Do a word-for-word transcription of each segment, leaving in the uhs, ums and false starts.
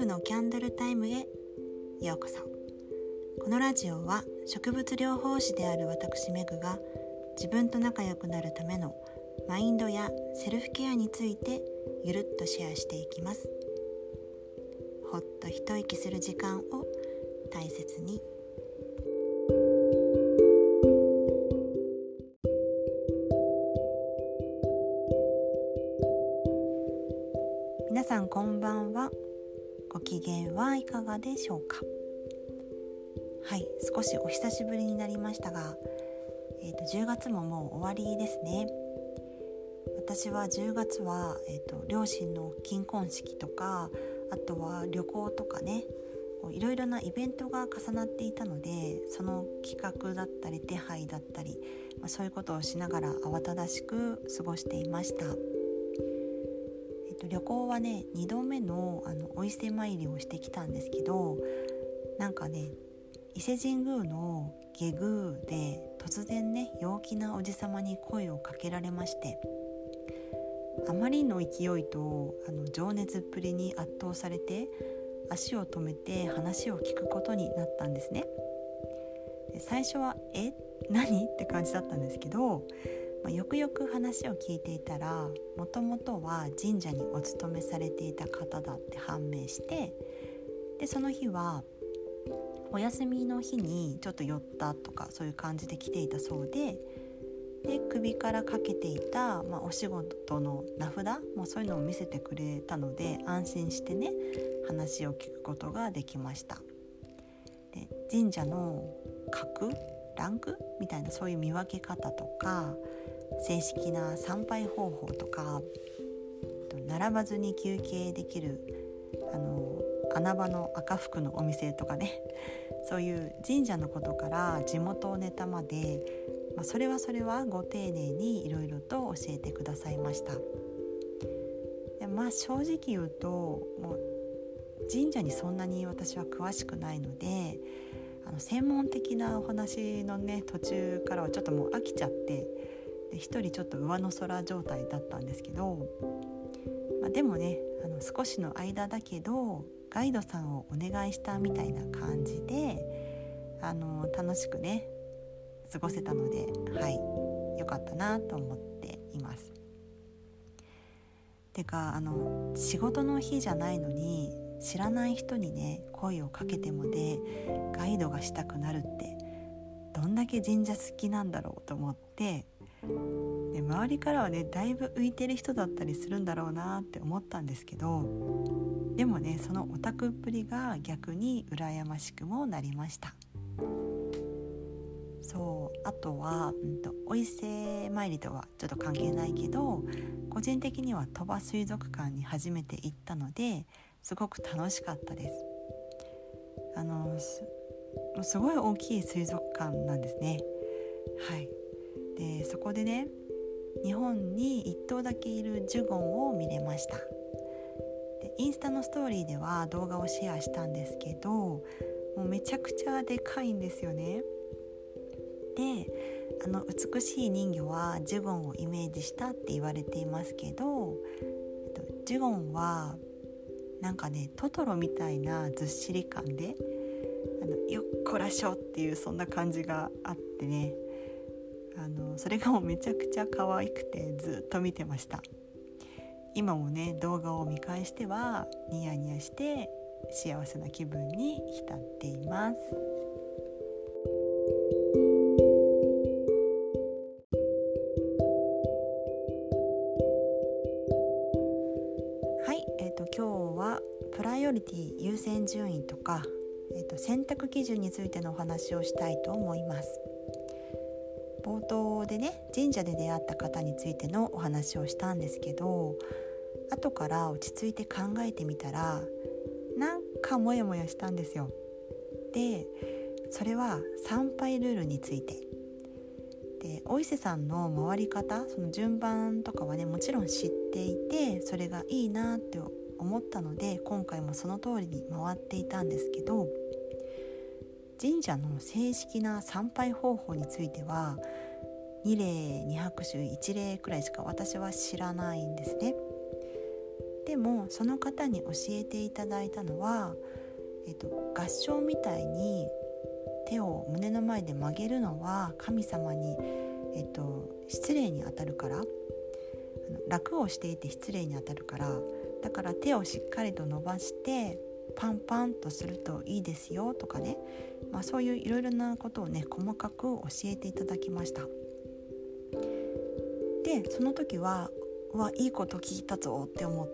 婦のキャンドルタイムへようこそ。このラジオは植物療法士である私メグが自分と仲良くなるためのマインドやセルフケアについてゆるっとシェアしていきます。ほっと一息する時間を大切に。皆さんこんばんは。ご機嫌はいかがでしょうか。はい、少しお久しぶりになりましたが、えーと、じゅうがつももう終わりですね。私はじゅうがつは、えーと、両親の金婚式とか、あとは旅行とかね、いろいろなイベントが重なっていたので、その企画だったり手配だったり、まあ、そういうことをしながら慌ただしく過ごしていました。えっと、旅行はねにどめ の, あのお伊勢参りをしてきたんですけど、なんかね伊勢神宮の下宮で突然ね陽気なおじさまに声をかけられまして、あまりの勢いとあの情熱っぷりに圧倒されて足を止めて話を聞くことになったんですね。で最初はえ何って感じだったんですけど、まあ、よくよく話を聞いていたら、もともとは神社にお勤めされていた方だって判明して、でその日はお休みの日にちょっと寄ったとかそういう感じで来ていたそうで、で首からかけていた、まあ、お仕事の名札もそういうのを見せてくれたので、安心してね話を聞くことができました。で神社の格ランクみたいなそういう見分け方とか、正式な参拝方法とか、並ばずに休憩できるあの穴場の赤福のお店とかね、そういう神社のことから地元ネタまで、まあ、それはそれはご丁寧にいろいろと教えてくださいました。でまあ正直言うと、もう神社にそんなに私は詳しくないので、あの専門的なお話のね途中からはちょっともう飽きちゃって、で一人ちょっと上の空状態だったんですけど、まあ、でもねあの少しの間だけどガイドさんをお願いしたみたいな感じで、あの楽しくね過ごせたので、はい良かったなと思っています。てかあの仕事の日じゃないのに知らない人にね声をかけてもでガイドがしたくなるってどんだけ神社好きなんだろうと思って、で周りからはねだいぶ浮いてる人だったりするんだろうなって思ったんですけど、でもねそのオタクっぷりが逆に羨ましくもなりました。そうあとは、うんと、お伊勢参りとはちょっと関係ないけど、個人的には鳥羽水族館に初めて行ったのですごく楽しかったです。あの す, すごい大きい水族館なんですね。はい。でそこでね日本にいっとうだけいるジュゴンを見れました。でインスタのストーリーでは動画をシェアしたんですけど、もうめちゃくちゃでかいんですよね。であの美しい人魚はジュゴンをイメージしたって言われていますけど、えっと、ジュゴンはなんかねトトロみたいなずっしり感で、あのよっこらしょっていうそんな感じがあってね、あのそれがもうめちゃくちゃ可愛くてずっと見てました。今もね動画を見返してはニヤニヤして幸せな気分に浸っています。はい、えーと、今日はプライオリティ優先順位とか、えーと、選択基準についてのお話をしたいと思います。冒頭でね神社で出会った方についてのお話をしたんですけど、後から落ち着いて考えてみたらなんかモヤモヤしたんですよ。でそれは参拝ルールについてで、お伊勢さんの回り方、その順番とかはねもちろん知っていて、それがいいなって思ったので今回もその通りに回っていたんですけど、神社の正式な参拝方法についてはに礼に拍手いち礼くらいしか私は知らないんですね。 でもその方に教えていただいたのは、えっと、合唱みたいに手を胸の前で曲げるのは神様に、えっと、失礼にあたるから、あの楽をしていて失礼にあたるから、だから手をしっかりと伸ばしてパンパンとするといいですよとかね、まあ、そういういろいろなことをね細かく教えていただきました。でその時はうわいいこと聞いたぞって思って、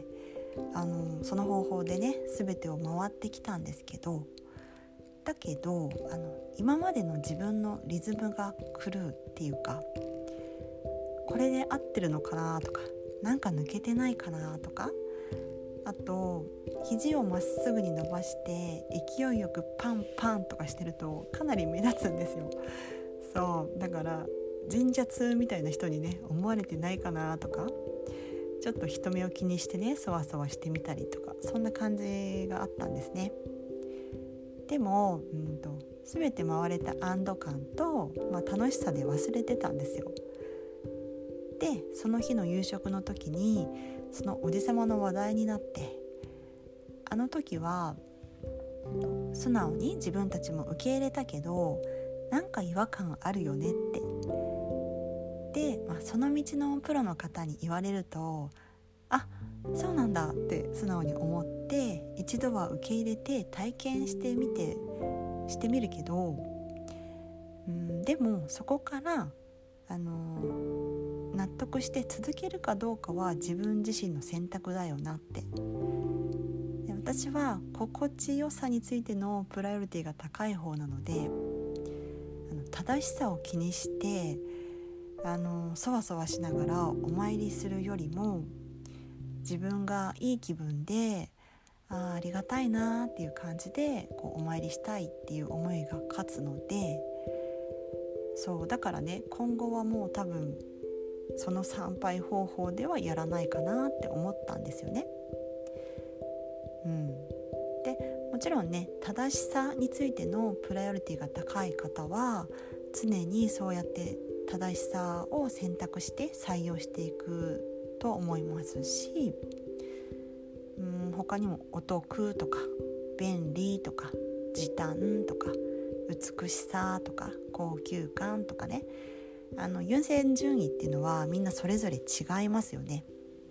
あのその方法でね全てを回ってきたんですけど、だけどあの今までの自分のリズムが狂うっていうか、これで合ってるのかなとか、なんか抜けてないかなとか、あと肘をまっすぐに伸ばして勢いよくパンパンとかしてるとかなり目立つんですよ。そうだから神社通みたいな人にね思われてないかなとか、ちょっと人目を気にしてねそわそわしてみたりとか、そんな感じがあったんですね。でもうんと全て回れた安堵感と、まあ、楽しさで忘れてたんですよ。でその日の夕食の時にそのおじさまの話題になって、あの時は素直に自分たちも受け入れたけどなんか違和感あるよねって。で、まあ、その道のプロの方に言われると、あ、そうなんだって素直に思って一度は受け入れて体験してみてしてみるけど、うん、でもそこからあの納得して続けるかどうかは自分自身の選択だよなって。で私は心地よさについてのプライオリティが高い方なので、あの正しさを気にしてあのそわそわしながらお参りするよりも、自分がいい気分で あ, ありがたいなっていう感じでこうお参りしたいっていう思いが勝つので、そうだからね今後はもう多分その参拝方法ではやらないかなって思ったんですよね。うん、でもちろんね正しさについてのプライオリティが高い方は常にそうやって正しさを選択して採用していくと思いますし、うん、他にもお得とか便利とか時短とか美しさとか高級感とかね、あの優先順位っていうのはみんなそれぞれ違いますよね。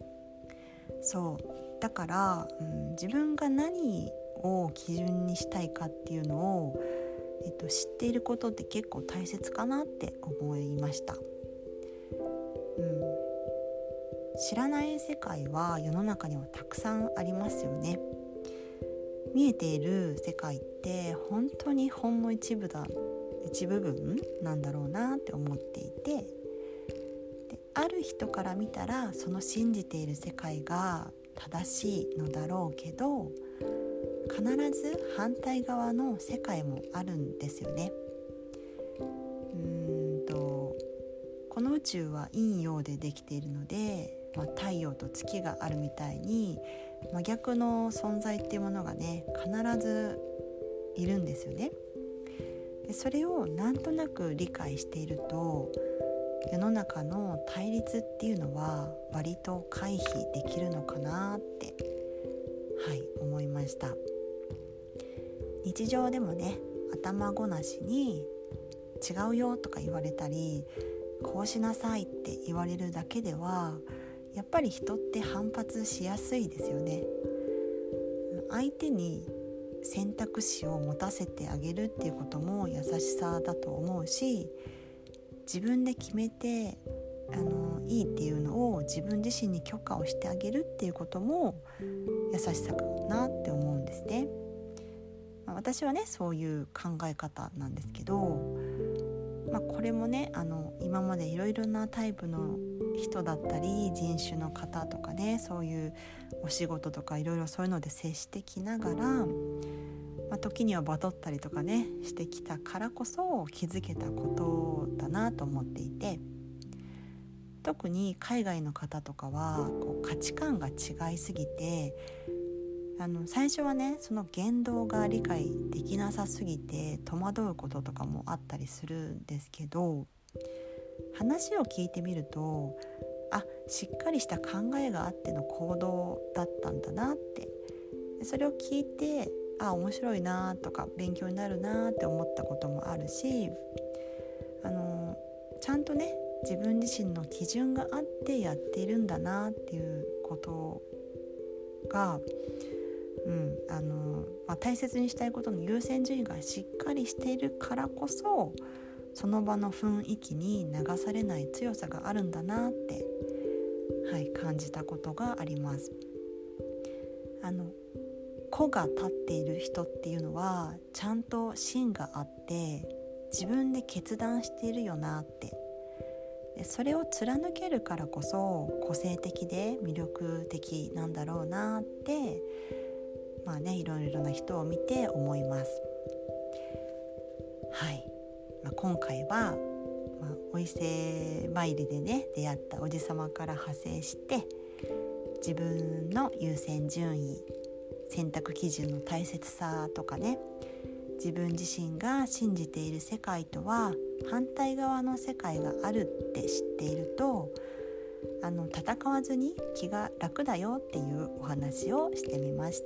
そうだから、うん、自分が何を基準にしたいかっていうのを、えっと、知っていることって結構大切かなって思いました。うん、知らない世界は世の中にはたくさんありますよね。見えている世界って本当にほんの一部だ一部分なんだろうなって思っていて、である人から見たらその信じている世界が正しいのだろうけど、必ず反対側の世界もあるんですよね。うーんとこの宇宙は陰陽でできているので、まあ、太陽と月があるみたいに真逆の存在っていうものがね必ずいるんですよね。でそれをなんとなく理解していると、世の中の対立っていうのは割と回避できるのかなってはい思いました。日常でもね頭ごなしに違うよとか言われたり、こうしなさいって言われるだけではやっぱり人って反発しやすいですよね。相手に選択肢を持たせてあげるっていうことも優しさだと思うし、自分で決めてあのいいっていうのを自分自身に許可をしてあげるっていうことも優しさかなって思うんですね。まあ、私はねそういう考え方なんですけど、まあ、これもねあの今までいろいろなタイプの人だったり人種の方とかね、そういうお仕事とかいろいろそういうので接してきながら、まあ、時にはバトったりとかねしてきたからこそ気づけたことだなと思っていて、特に海外の方とかはこう価値観が違いすぎて、あの最初はねその言動が理解できなさすぎて戸惑うこととかもあったりするんですけど、話を聞いてみるとあしっかりした考えがあっての行動だったんだなって、それを聞いてあ面白いなとか勉強になるなって思ったこともあるし、あのちゃんとね自分自身の基準があってやっているんだなっていうことが、うんあのまあ、大切にしたいことの優先順位がしっかりしているからこそ、その場の雰囲気に流されない強さがあるんだなって、はい、感じたことがあります。あの子が立っている人っていうのはちゃんと芯があって自分で決断しているよなって、でそれを貫けるからこそ個性的で魅力的なんだろうなって、まあね、いろいろな人を見て思います。はい、まあ、今回は、まあ、お伊勢参りでね出会ったおじさまから派生して自分の優先順位、選択基準の大切さとかね、自分自身が信じている世界とは反対側の世界があるって知っていると、あの戦わずに気が楽だよっていうお話をしてみました。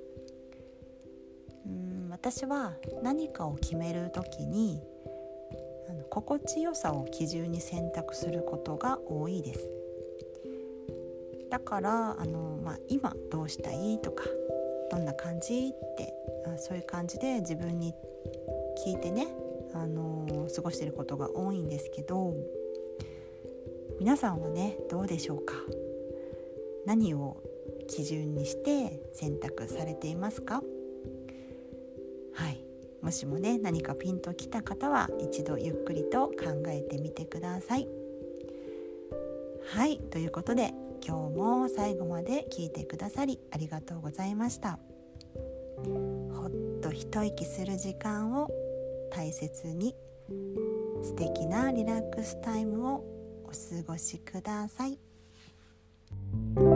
うーん私は何かを決めるときにあの心地よさを基準に選択することが多いです。だからあの、まあ、今どうしたいとかどんな感じってそういう感じで自分に聞いてね、あの過ごしていることが多いんですけど、皆さんはねどうでしょうか。何を基準にして選択されていますか。はい、もしもね何かピンときた方は一度ゆっくりと考えてみてください。はい、ということで今日も最後まで聞いてくださりありがとうございました。ほっと一息する時間を大切に素敵なリラックスタイムをお過ごしください。